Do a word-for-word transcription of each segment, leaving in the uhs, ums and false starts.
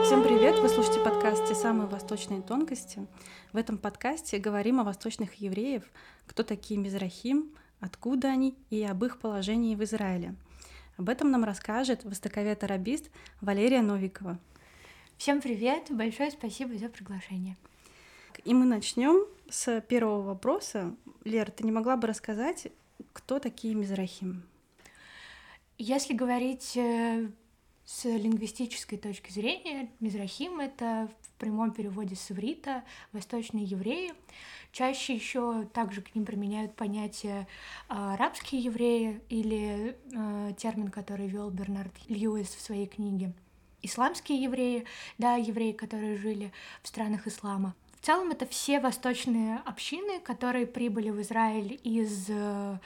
Всем привет! Вы слушаете подкаст «Те самые восточные тонкости». В этом подкасте говорим о восточных евреев, кто такие мизрахим, откуда они и об их положении в Израиле. Об этом нам расскажет востоковед-арабист Валерия Новикова. Всем привет! Большое спасибо за приглашение. И мы начнем с первого вопроса. Лер, ты не могла бы рассказать, кто такие мизрахим? Если говорить с лингвистической точки зрения, мизрахим — это в прямом переводе с иврита восточные евреи. Чаще еще также к ним применяют понятие арабские евреи или э, термин, который ввел Бернард Льюис в своей книге. Исламские евреи, да, евреи, которые жили в странах ислама. В целом это все восточные общины, которые прибыли в Израиль из э,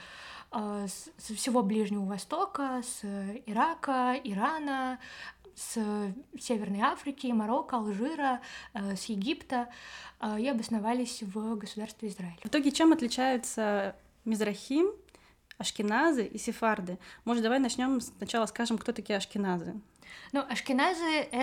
с всего Ближнего Востока, с Ирака, Ирана, с Северной Африки, Марокко, Алжира, с Египта и обосновались в государстве Израиль. В итоге чем отличаются мизрахим, ашкеназы и сефарды? Может, давай начнем сначала скажем, кто такие ашкеназы? Ну, ашкеназы —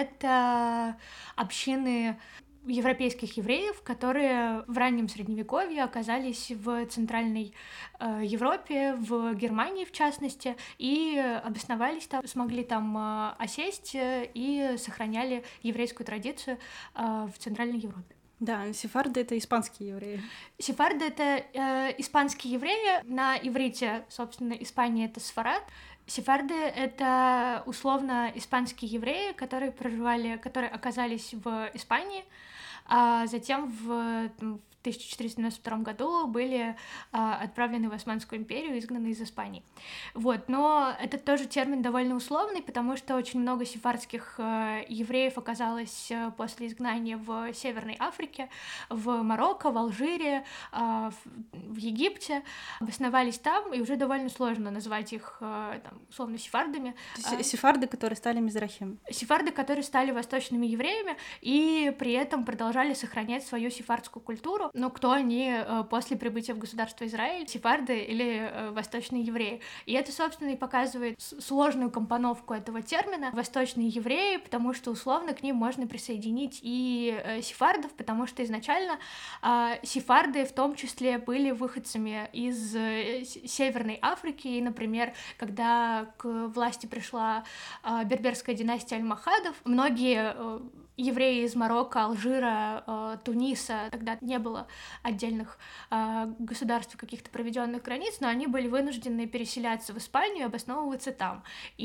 это общины европейских евреев, которые в раннем Средневековье оказались в Центральной э, Европе, в Германии в частности, и обосновались там, смогли там э, осесть и сохраняли еврейскую традицию э, в Центральной Европе. Да, сефарды — это испанские евреи. Сефарды — это э, испанские евреи. На иврите, собственно, Испания — это Сфарад. Сефарды — это условно испанские евреи, которые проживали, которые оказались в Испании, а затем в тысяча четыреста девяносто втором году были а, отправлены в Османскую империю, изгнаны из Испании. Вот, но это тоже термин довольно условный, потому что очень много сефардских а, евреев оказалось а, после изгнания в Северной Африке, в Марокко, в Алжире, а, в, в Египте, обосновались там, и уже довольно сложно назвать их а, там, условно сефардами. Сефарды, которые стали мизрахим. Сефарды, которые стали восточными евреями и при этом продолжали сохранять свою сефардскую культуру. Но кто они э, после прибытия в государство Израиль, сефарды или э, восточные евреи? И это, собственно, и показывает сложную компоновку этого термина «восточные евреи», потому что условно к ним можно присоединить и э, сефардов, потому что изначально э, сефарды в том числе были выходцами из э, Северной Африки, и, например, когда к власти пришла э, берберская династия Альмахадов, многие э, евреи из Марокко, Алжира, э, Туниса, тогда не было отдельных э, государств, каких-то проведенных границ, но они были вынуждены переселяться в Испанию и обосновываться там.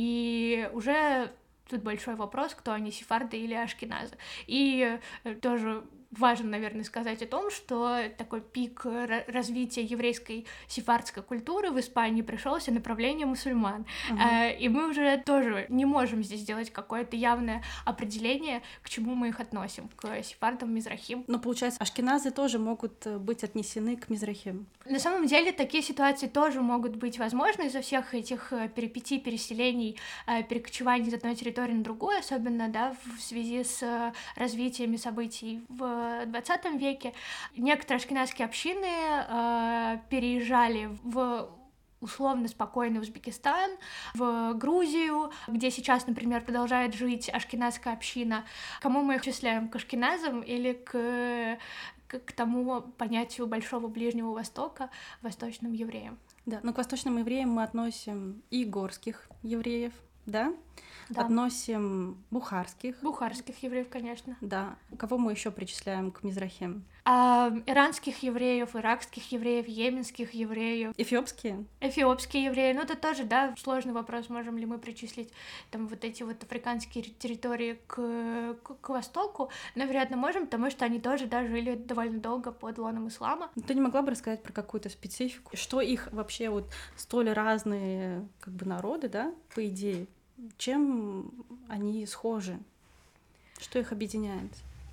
И уже тут большой вопрос, кто они, сефарды или ашкеназы. И э, тоже важно, наверное, сказать о том, что такой пик развития еврейской сефардской культуры в Испании пришелся на правление мусульман. Uh-huh. И мы уже тоже не можем здесь сделать какое-то явное определение, к чему мы их относим, к сефардам, мизрахим. Но, получается, ашкеназы тоже могут быть отнесены к мизрахим. На самом деле, такие ситуации тоже могут быть возможны из-за всех этих перипетий, переселений, перекочеваний с одной территории на другую, особенно, да, в связи с развитиями событий в в двадцатом веке. Некоторые ашкеназские общины э, переезжали в условно спокойный Узбекистан, в Грузию, где сейчас, например, продолжает жить ашкеназская община. Кому мы их числяем? К ашкеназам или к, к, к тому понятию Большого Ближнего Востока, восточным евреям? Да, но к восточным евреям мы относим и горских евреев, да? Да. Относим бухарских. Бухарских евреев, конечно. Да. Кого мы еще причисляем к мизрахим? А, иранских евреев, иракских евреев, йеменских евреев. Эфиопские? Эфиопские евреи. Ну, это тоже, да, сложный вопрос, можем ли мы причислить там вот эти вот африканские территории к, к, к востоку. Но, вероятно, можем, потому что они тоже, да, жили довольно долго под лоном ислама. Ты не могла бы рассказать про какую-то специфику? Что их вообще вот столь разные как бы народы, да, по идее? Чем они схожи? Что их объединяет?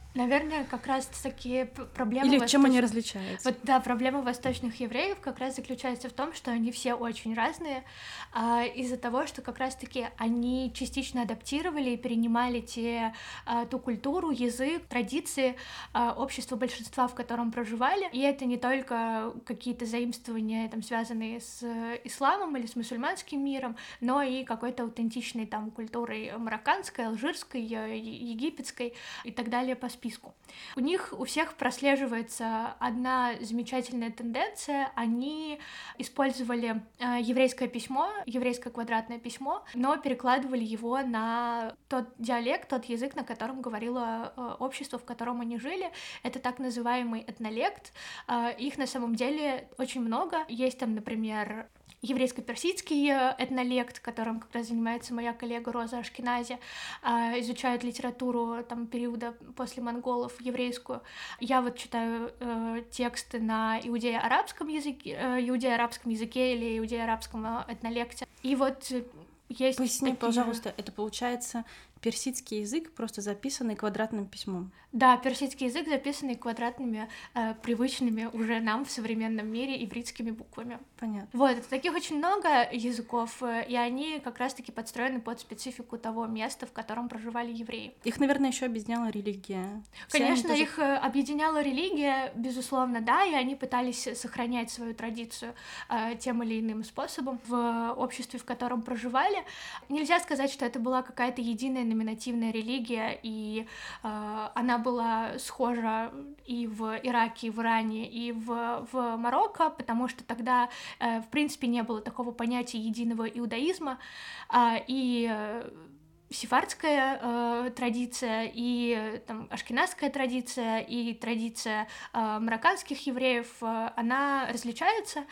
Наверное, как раз-таки проблема... Или восточ... чем они различаются? Вот, да, проблема восточных евреев как раз заключается в том, что они все очень разные, а, из-за того, что как раз-таки они частично адаптировали и перенимали те, а, ту культуру, язык, традиции а, общества большинства, в котором проживали. И это не только какие-то заимствования, там, связанные с исламом или с мусульманским миром, но и какой-то аутентичной там культурой марокканской, алжирской, египетской и так далее по списку. У них у всех прослеживается одна замечательная тенденция. Они использовали э, еврейское письмо, еврейское квадратное письмо, но перекладывали его на тот диалект, тот язык, на котором говорило э, общество, в котором они жили. Это так называемый этнолект. Э, их на самом деле очень много. Есть там, например, еврейско-персидский этнолект, которым как раз занимается моя коллега Роза Ашкенази, изучает литературу там, периода после монголов, еврейскую. Я вот читаю э, тексты на иудео-арабском языке, э, иудео-арабском языке или иудео-арабском этнолекте. И вот есть Поясни, такие... пожалуйста, это получается персидский язык, просто записанный квадратным письмом? Да, персидский язык, записанный квадратными, э, привычными уже нам в современном мире ивритскими буквами. Понятно. Вот, это таких очень много языков, и они как раз-таки подстроены под специфику того места, в котором проживали евреи. Их, наверное, еще объединяла религия. Все Конечно, тоже... их объединяла религия, безусловно, да, и они пытались сохранять свою традицию э, тем или иным способом в обществе, в котором проживали. Нельзя сказать, что это была какая-то единая номинативная религия, и э, она была схожа и в Ираке, и в Иране, и в, в Марокко, потому что тогда, э, в принципе, не было такого понятия единого иудаизма, э, и э, сефардская э, традиция, и там, ашкеназская традиция, и традиция э, марокканских евреев, э, она различается,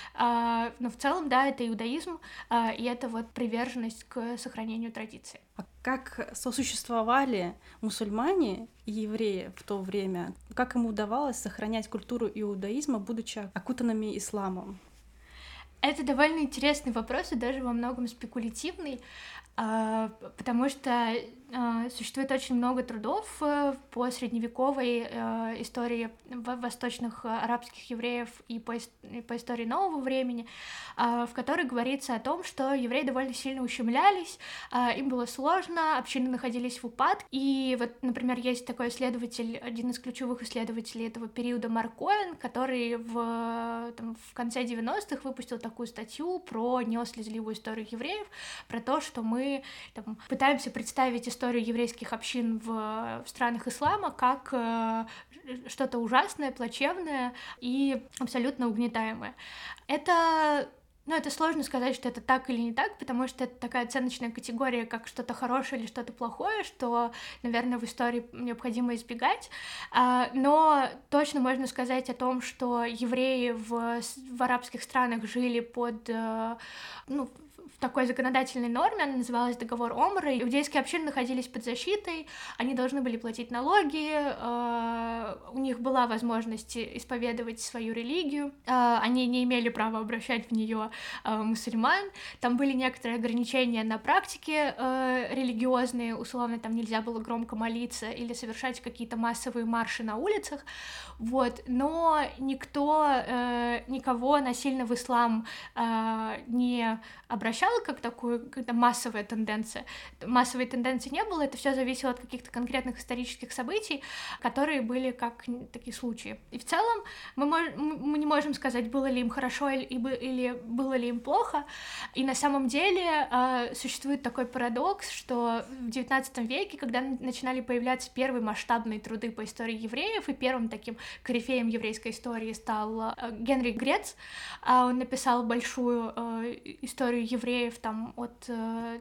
э, но в целом, да, это иудаизм, э, и это вот приверженность к сохранению традиций. А как сосуществовали мусульмане и евреи в то время? Как им удавалось сохранять культуру иудаизма, будучи окутанными исламом? Это довольно интересный вопрос и даже во многом спекулятивный, потому что существует очень много трудов по средневековой истории восточных арабских евреев и по истории нового времени, в которой говорится о том, что евреи довольно сильно ущемлялись, им было сложно, общины находились в упадке. И вот, например, есть такой исследователь, один из ключевых исследователей этого периода, Марк Коэн, который в, там, в конце девяностых выпустил такую статью про неослезливую историю евреев, про то, что мы там, пытаемся представить историю еврейских общин в, в странах ислама как э, что-то ужасное, плачевное и абсолютно угнетаемое. Это Ну, это сложно сказать, что это так или не так, потому что это такая оценочная категория, как что-то хорошее или что-то плохое, что, наверное, в истории необходимо избегать. Но точно можно сказать о том, что евреи в, в арабских странах жили под... ну, в такой законодательной норме, она называлась договор Омара. Иудейские общины находились под защитой, они должны были платить налоги, э, у них была возможность исповедовать свою религию, э, они не имели права обращать в нее э, мусульман, там были некоторые ограничения на практики э, религиозные, условно, там нельзя было громко молиться или совершать какие-то массовые марши на улицах, вот, но никто, э, никого насильно в ислам э, не обращал, как такую, когда массовая тенденция. Массовой тенденции не было, это все зависело от каких-то конкретных исторических событий, которые были как такие случаи. И в целом мы, мож... мы не можем сказать, было ли им хорошо или, или было ли им плохо. И на самом деле э, существует такой парадокс, что в девятнадцатом веке, когда начинали появляться первые масштабные труды по истории евреев, и первым таким корифеем еврейской истории стал э, Генрих Грец, э, он написал большую э, историю евреев там от,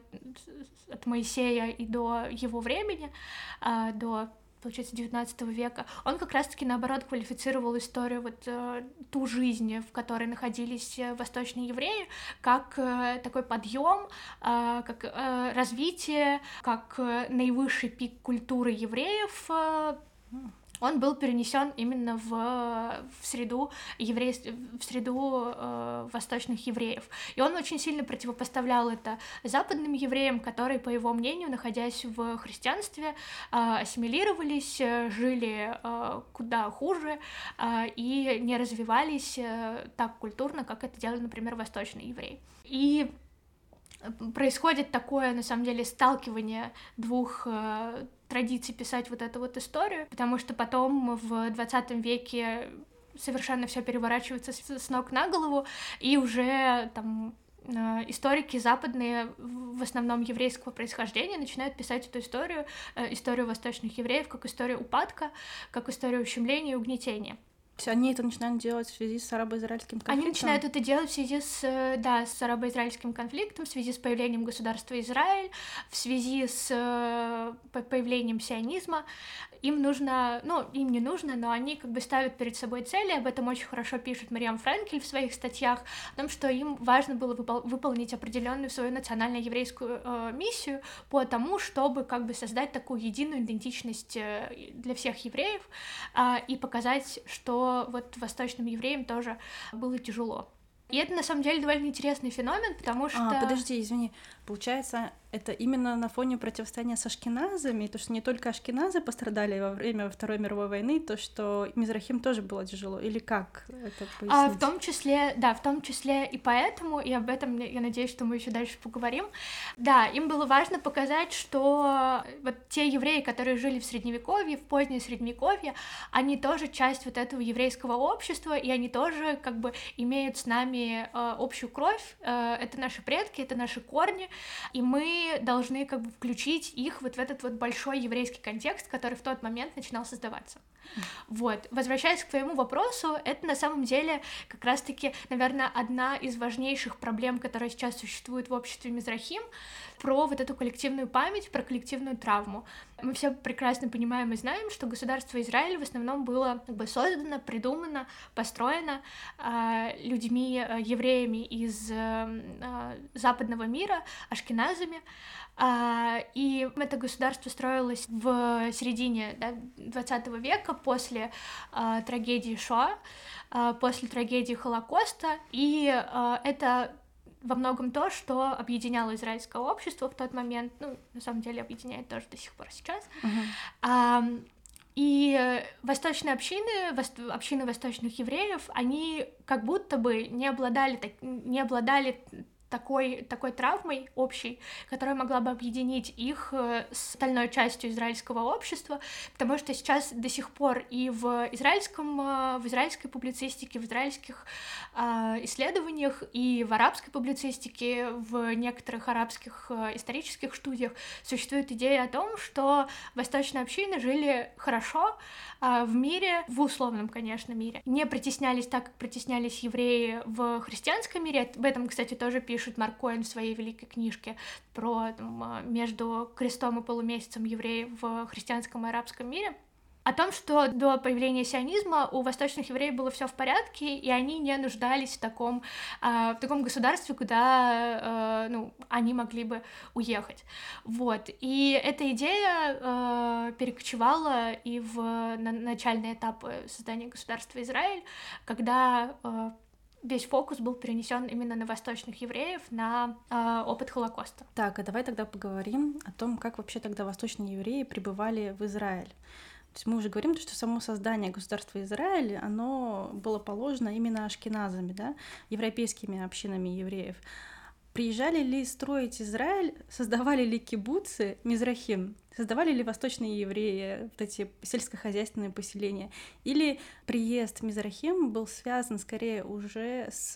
от Моисея и до его времени, до, получается, девятнадцатого века, он как раз-таки, наоборот, квалифицировал историю, вот ту жизнь, в которой находились восточные евреи, как такой подъем, как развитие, как наивысший пик культуры евреев он был перенесен именно в, в среду еврей, в среду э, восточных евреев. И он очень сильно противопоставлял это западным евреям, которые, по его мнению, находясь в христианстве, э, ассимилировались, жили э, куда хуже э, и не развивались э, так культурно, как это делали, например, восточные евреи. И происходит такое, на самом деле, сталкивание двух э, традиций писать вот эту вот историю, потому что потом в двадцатом веке совершенно все переворачивается с, с ног на голову, и уже там э, историки западные, в основном еврейского происхождения, начинают писать эту историю, э, историю восточных евреев, как историю упадка, как историю ущемления и угнетения. Они это начинают делать в связи с арабо-израильским конфликтом? Они начинают это делать в связи с, да, с арабо-израильским конфликтом, в связи с появлением государства Израиль, в связи с появлением сионизма. Им нужно, ну, им не нужно, но они как бы ставят перед собой цели, об этом очень хорошо пишет Мариам Френкель в своих статьях, о том, что им важно было выпол- выполнить определенную свою национально-еврейскую э, миссию по тому, чтобы как бы создать такую единую идентичность для всех евреев э, и показать, что вот восточным евреям тоже было тяжело. И это, на самом деле, довольно интересный феномен, потому что... А, подожди, извини. Получается, это именно на фоне противостояния с ашкеназами, то, что не только ашкеназы пострадали во время Второй мировой войны, то, что мизрахим тоже было тяжело, или как это пояснить? А, в том числе, да, в том числе и поэтому, и об этом, я надеюсь, что мы еще дальше поговорим. Да, им было важно показать, что вот те евреи, которые жили в Средневековье, в позднее Средневековье, они тоже часть вот этого еврейского общества, и они тоже как бы имеют с нами э, общую кровь, э, это наши предки, это наши корни, и мы должны как бы включить их вот в этот вот большой еврейский контекст, который в тот момент начинал создаваться. Вот. Возвращаясь к твоему вопросу, это на самом деле как раз-таки, наверное, одна из важнейших проблем, которая сейчас существует в обществе мизрахим, про вот эту коллективную память, про коллективную травму. Мы все прекрасно понимаем и знаем, что государство Израиль в основном было как бы создано, придумано, построено э, людьми, э, евреями из э, западного мира, ашкеназами, э, и это государство строилось в середине да, двадцатого века после э, трагедии Шоа, э, после трагедии Холокоста, и э, это во многом то, что объединяло израильское общество в тот момент, ну, на самом деле объединяет тоже до сих пор сейчас. Uh-huh. А, и восточные общины, вос- общины восточных евреев, они как будто бы не обладали, так, не обладали такой, такой травмой общей, которая могла бы объединить их с остальной частью израильского общества, потому что сейчас до сих пор и в израильском, в израильской публицистике, в израильских э, исследованиях, и в арабской публицистике, в некоторых арабских э, исторических студиях существует идея о том, что восточные общины жили хорошо э, в мире, в условном, конечно, мире, не притеснялись так, как притеснялись евреи в христианском мире. Об этом, кстати, тоже пишут пишет Марк Коэн в своей великой книжке про там, между крестом и полумесяцем евреев в христианском и арабском мире, о том, что до появления сионизма у восточных евреев было все в порядке, и они не нуждались в таком, э, в таком государстве, куда э, ну, они могли бы уехать. Вот. И эта идея э, перекочевала и в на, начальный этап создания государства Израиль, когда э, весь фокус был перенесен именно на восточных евреев, на э, опыт Холокоста. Так, а давай тогда поговорим о том, как вообще тогда восточные евреи прибывали в Израиль. То есть мы уже говорим, что само создание государства Израиль, оно было положено именно ашкеназами, да, европейскими общинами евреев. Приезжали ли строить Израиль, создавали ли кибуцы, мизрахим, создавали ли восточные евреи вот эти сельскохозяйственные поселения, или приезд мизрахим был связан скорее уже с,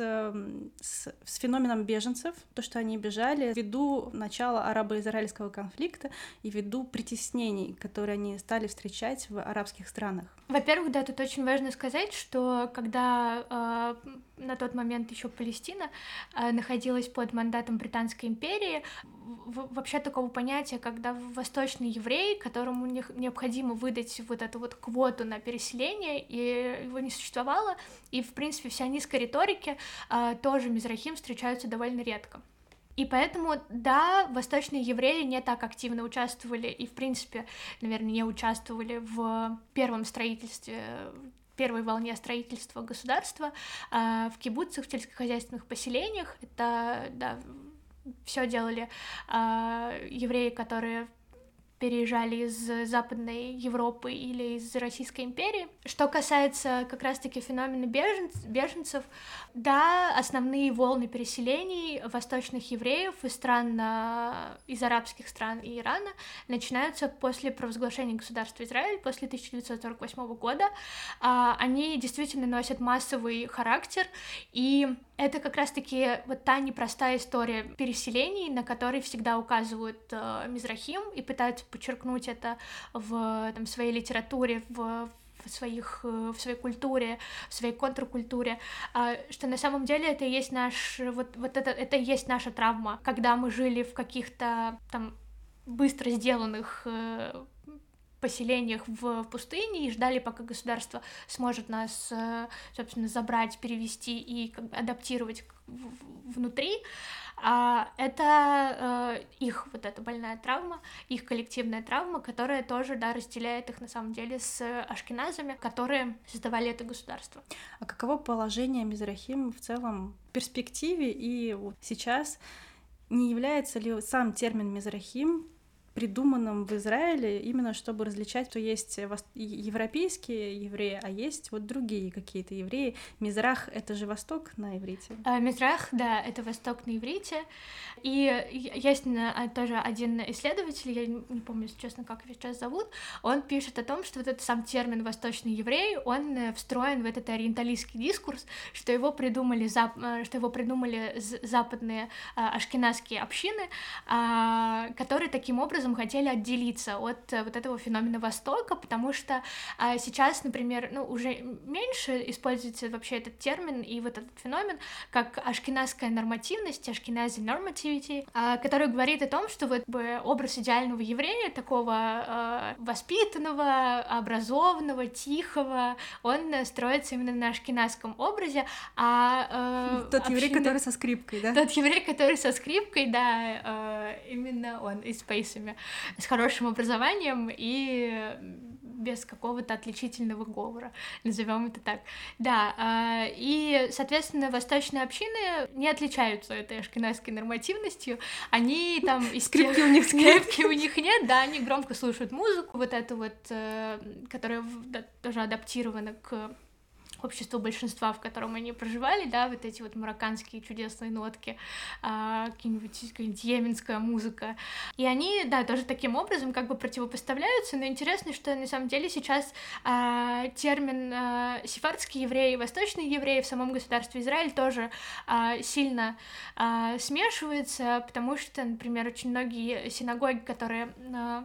с, с феноменом беженцев, то, что они бежали ввиду начала арабо-израильского конфликта и ввиду притеснений, которые они стали встречать в арабских странах. Во-первых, да, тут очень важно сказать, что когда э, на тот момент еще Палестина э, находилась под мандатом Британской империи, в- вообще такого понятия, когда восточный еврей, которому не- необходимо выдать вот эту вот квоту на переселение, и его не существовало, и, в принципе, в сионистской риторике э, тоже мизрахим встречаются довольно редко. И поэтому, да, восточные евреи не так активно участвовали и, в принципе, наверное, не участвовали в первом строительстве, первой волне строительства государства, а в кибуцах, в сельскохозяйственных поселениях. Это, да, все делали а, евреи, которые переезжали из Западной Европы или из Российской империи. Что касается как раз-таки феномена беженц, беженцев, да, основные волны переселений восточных евреев из стран, из арабских стран и Ирана начинаются после провозглашения государства Израиль, после тысяча девятьсот сорок восьмого года. Они действительно носят массовый характер, и это как раз-таки вот та непростая история переселений, на которой всегда указывают э, Мизрахим и пытаются подчеркнуть это в там, своей литературе, в, в, своих, в своей культуре, в своей контркультуре, э, что на самом деле это и есть наш, вот, вот это, это и есть наша травма, когда мы жили в каких-то там быстро сделанных э, поселениях в пустыне и ждали, пока государство сможет нас, собственно, забрать, перевести и как бы адаптировать внутри. Это их вот эта больная травма, их коллективная травма, которая тоже, да, разделяет их на самом деле с ашкеназами, которые создавали это государство. А каково положение Мизрахим в целом в перспективе и вот сейчас? Не является ли сам термин Мизрахим придуманным в Израиле именно чтобы различать, что есть европейские евреи, а есть вот другие какие-то евреи? Мизрах — это же Восток на иврите? А, Мизрах, да, это Восток на иврите. И есть тоже один исследователь, я не помню, честно, как его сейчас зовут, он пишет о том, что вот этот сам термин «восточный еврей», он встроен в этот ориенталистский дискурс, что его придумали, зап... что его придумали западные ашкеназские общины, которые таким образом хотели отделиться от вот этого феномена Востока, потому что а, сейчас, например, ну, уже меньше используется вообще этот термин и вот этот феномен, как ашкеназская нормативность, ашкенази normativity, а, который говорит о том, что вот образ идеального еврея, такого а, воспитанного, образованного, тихого, он строится именно на ашкеназском образе, а... Э, тот общины... еврей, который со скрипкой, да? Тот еврей, который со скрипкой, да, э, именно он, и с пейсами, с хорошим образованием и без какого-то отличительного говора, назовем это так. Да, и, соответственно, восточные общины не отличаются этой ашкеназской нормативностью, они там... Скрипки у них скрипки у них нет, да, они громко слушают музыку, вот эту вот, которая тоже адаптирована к общество большинства, в котором они проживали, да, вот эти вот марокканские чудесные нотки, а, какие-нибудь, какая-нибудь йеменская музыка. И они, да, тоже таким образом как бы противопоставляются, но интересно, что на самом деле сейчас а, термин а, сефардские евреи и восточные евреи в самом государстве Израиль тоже а, сильно а, смешиваются, потому что, например, очень многие синагоги, которые а,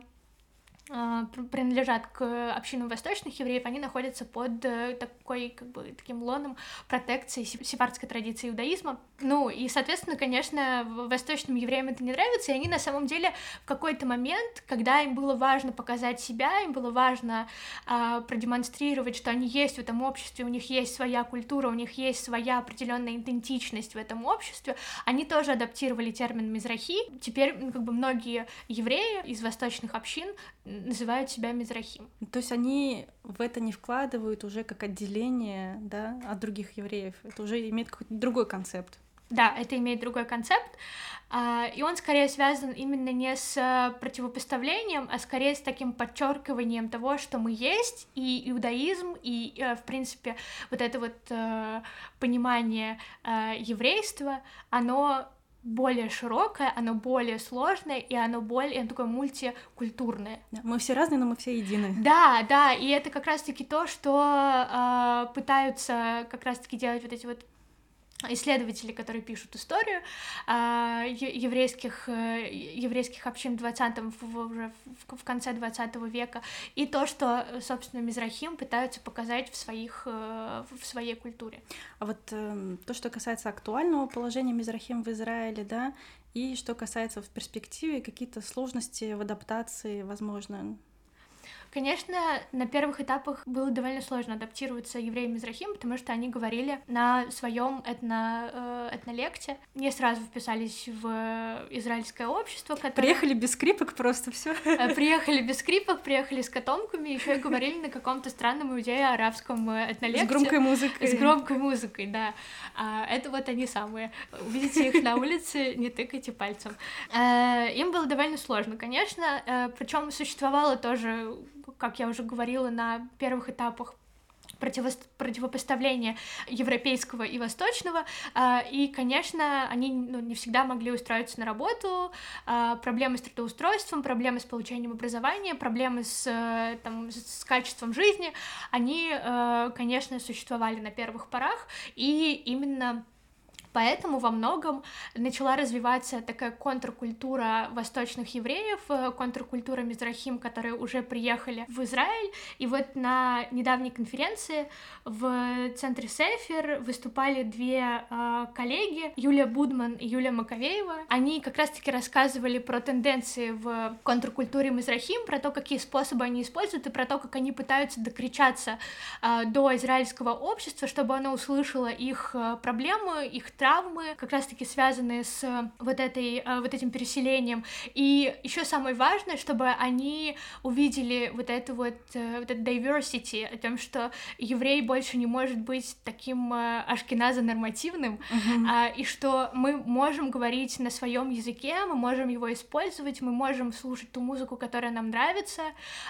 принадлежат к общинам восточных евреев, они находятся под такой, как бы, таким лоном протекции сефардской традиции иудаизма. Ну, и, соответственно, конечно, восточным евреям это не нравится, и они на самом деле в какой-то момент, когда им было важно показать себя, им было важно а, продемонстрировать, что они есть в этом обществе, у них есть своя культура, у них есть своя определенная идентичность в этом обществе, они тоже адаптировали термин «мизрахи». Теперь, ну, как бы, многие евреи из восточных общин называют себя мизрахим. То есть они в это не вкладывают уже как отделение, да, от других евреев. Это уже имеет какой-то другой концепт. Да, это имеет другой концепт, и он скорее связан именно не с противопоставлением, а скорее с таким подчеркиванием того, что мы есть, и иудаизм, и, в принципе, вот это вот понимание еврейства, оно более широкое, оно более сложное, и оно более оно такое мультикультурное. Да, мы все разные, но мы все едины. Да, да, и это как раз-таки то, что э, пытаются как раз-таки делать вот эти вот исследователи, которые пишут историю э, еврейских, э, еврейских общин в двадцатом, в, уже в, в конце двадцатого века, и то, что, собственно, мизрахим пытаются показать в, своих, э, в своей культуре. А вот э, то, что касается актуального положения мизрахим в Израиле, да, и что касается в перспективе, какие-то сложности в адаптации, возможно? Конечно, на первых этапах было довольно сложно адаптироваться евреям мизрахим, потому что они говорили на своем этно, этнолекте, не сразу вписались в израильское общество. Которое... Приехали без скрипок просто, все. Приехали без скрипок, приехали с котомками, еще и говорили на каком-то странном иудео-арабском этнолекте. С громкой музыкой. С громкой музыкой, да. Это вот они самые. Увидите их на улице, не тыкайте пальцем. Им было довольно сложно, конечно, причем существовало тоже, как я уже говорила, на первых этапах противопоставления европейского и восточного, и, конечно, они ну, не всегда могли устроиться на работу, проблемы с трудоустройством, проблемы с получением образования, проблемы с, там, с качеством жизни, они, конечно, существовали на первых порах, и именно поэтому во многом начала развиваться такая контркультура восточных евреев, контркультура мизрахим, которые уже приехали в Израиль. И вот на недавней конференции в центре Сефер выступали две э, коллеги, Юлия Будман и Юлия Маковеева. Они как раз-таки рассказывали про тенденции в контркультуре мизрахим, про то, какие способы они используют, и про то, как они пытаются докричаться э, до израильского общества, чтобы оно услышало их э, проблемы, их травмы, как раз-таки связанные с вот, этой, вот этим переселением. И еще самое важное, чтобы они увидели вот это вот, вот это diversity, о том, что еврей больше не может быть таким ашкеназо-нормативным, uh-huh. и что мы можем говорить на своем языке, мы можем его использовать, мы можем слушать ту музыку, которая нам нравится,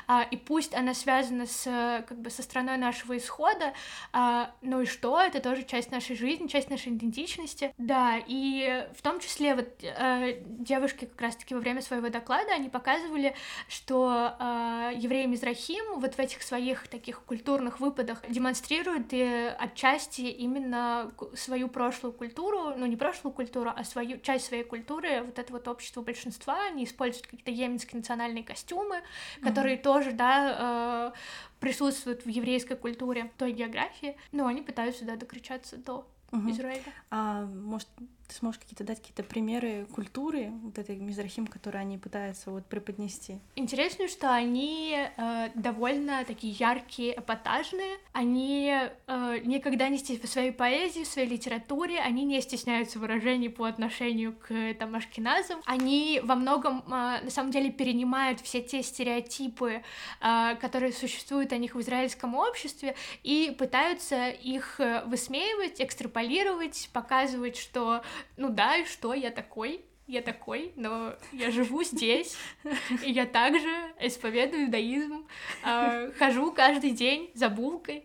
и пусть она связана с, как бы, со страной нашего исхода, ну и что, это тоже часть нашей жизни, часть нашей идентичности. Да, и в том числе вот э, девушки как раз-таки во время своего доклада, они показывали, что э, евреи мизрахим вот в этих своих таких культурных выпадах демонстрируют и отчасти именно свою прошлую культуру, ну не прошлую культуру, а свою часть своей культуры, вот это вот общество большинства, они используют какие-то йеменские национальные костюмы, которые mm-hmm. тоже, да, э, присутствуют в еврейской культуре, той географии, но они пытаются, да, докричаться до Угу. Израиля. А может, ты сможешь какие-то дать какие-то примеры культуры вот этой мизрахим, которые они пытаются вот преподнести? Интересно, что они э, довольно такие яркие, эпатажные. Они э, никогда не стесняются в своей поэзии, в своей литературе, они не стесняются выражений по отношению к там, ашкеназам. Они во многом, э, на самом деле, перенимают все те стереотипы, э, которые существуют о них в израильском обществе, и пытаются их высмеивать, экстраполировать, показывать, что ну да, и что, я такой, я такой, но я живу здесь, и я также исповедую иудаизм, э, хожу каждый день за булкой,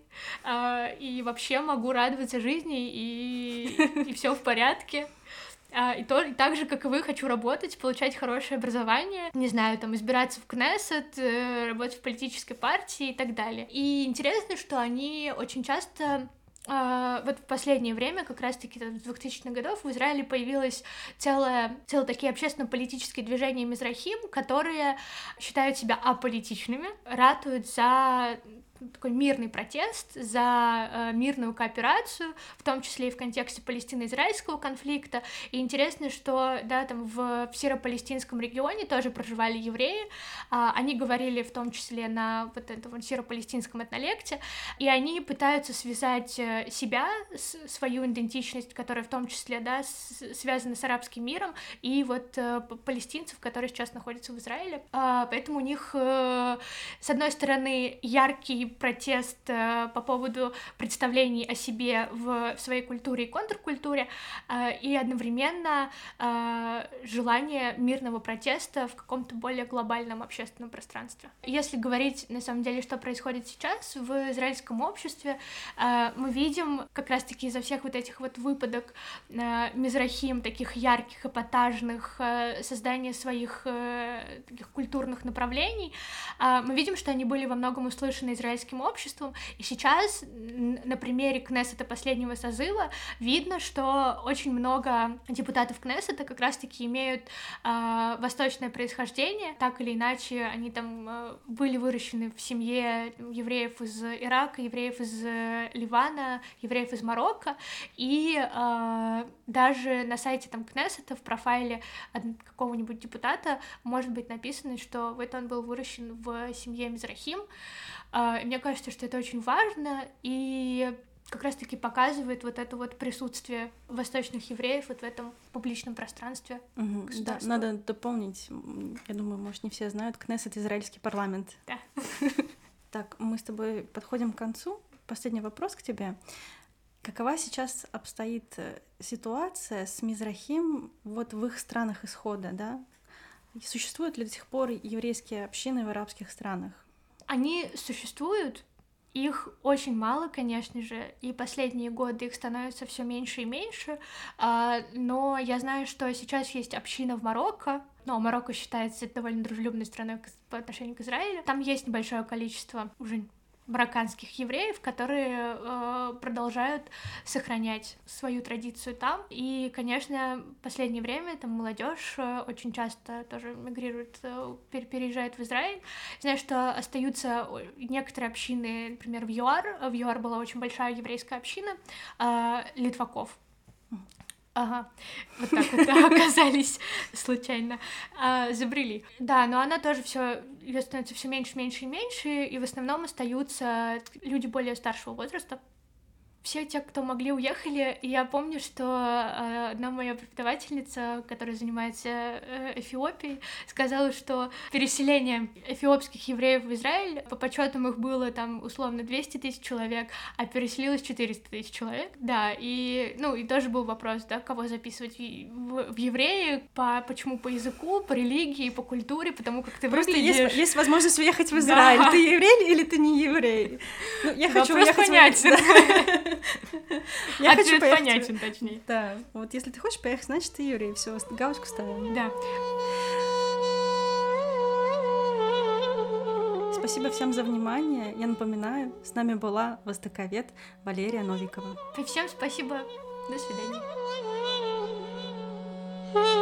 э, и вообще могу радоваться жизни, и, и все в порядке. Uh, и, то, и так же, как и вы, хочу работать, получать хорошее образование, не знаю, там, избираться в Кнессет, э, работать в политической партии и так далее. И интересно, что они очень часто... Uh, вот в последнее время, как раз-таки с двухтысячных годов, в Израиле появилось целое, целое такие общественно-политические движения мизрахим, которые считают себя аполитичными, ратуют за такой мирный протест, за э, мирную кооперацию, в том числе и в контексте палестино-израильского конфликта. И интересно, что да, там в, в сиро-палестинском регионе тоже проживали евреи, а, они говорили в том числе на вот этом сиро-палестинском этнолекте, и они пытаются связать себя, с, свою идентичность, которая в том числе да, с, связана с арабским миром, и вот э, палестинцев, которые сейчас находятся в Израиле. А, поэтому у них, э, с одной стороны, яркий протест э, по поводу представлений о себе в, в своей культуре и контркультуре, э, и одновременно э, желание мирного протеста в каком-то более глобальном общественном пространстве. Если говорить, на самом деле, что происходит сейчас в израильском обществе, э, мы видим как раз-таки из-за всех вот этих вот выпадок э, мизрахим, таких ярких, эпатажных, э, создания своих э, таких культурных направлений, э, мы видим, что они были во многом услышаны израильским еврейским обществом. И сейчас на примере Кнессета последнего созыва видно, что очень много депутатов Кнессета как раз-таки имеют э, восточное происхождение. Так или иначе, они там э, были выращены в семье евреев из Ирака, евреев из э, Ливана, евреев из Марокко. И э, даже на сайте там Кнессета в профайле какого-нибудь депутата может быть написано, что вот он был выращен в семье Мизрахим. И мне кажется, что это очень важно и как раз-таки показывает вот это вот присутствие восточных евреев вот в этом публичном пространстве. Угу, да, надо дополнить, я думаю, может, не все знают, Кнессет — израильский парламент. Да. Так, мы с тобой подходим к концу. Последний вопрос к тебе. Какова сейчас обстоит ситуация с Мизрахим вот в их странах исхода, да? Существуют ли до сих пор еврейские общины в арабских странах? Они существуют, их очень мало, конечно же, и последние годы их становится все меньше и меньше, но я знаю, что сейчас есть община в Марокко, но Марокко считается довольно дружелюбной страной по отношению к Израилю. Там есть небольшое количество уже марокканских евреев, которые э, продолжают сохранять свою традицию там. И, конечно, в последнее время там молодежь э, очень часто тоже мигрирует, э, переезжает в Израиль. Знаю, что остаются некоторые общины, например, в ЮАР. В ЮАР была очень большая еврейская община э, литваков. Ага, вот так вот оказались случайно, а, забрели. Да, но она тоже все, ее становится все меньше, меньше и меньше, и в основном остаются люди более старшего возраста. Все те, кто могли, уехали, и я помню, что э, одна моя преподавательница, которая занимается э, Эфиопией, сказала, что переселение эфиопских евреев в Израиль, по подсчетам их было там условно двести тысяч человек, а переселилось четыреста тысяч человек, да, и, ну, и тоже был вопрос, да, кого записывать в, в, в евреи, по, почему по языку, по религии, по культуре, потому как ты Просто выглядишь... есть, есть возможность уехать в Израиль, да. Ты еврей или ты не еврей? Ну, я хочу Вопрос уехать понятен. В... Я Ответ хочу поехать... понятен, точнее. Да, вот если ты хочешь поехать, значит ты еврей, все, галочку ставим. Да. Спасибо всем за внимание. Я напоминаю, с нами была востоковед Валерия Новикова. И всем спасибо. До свидания.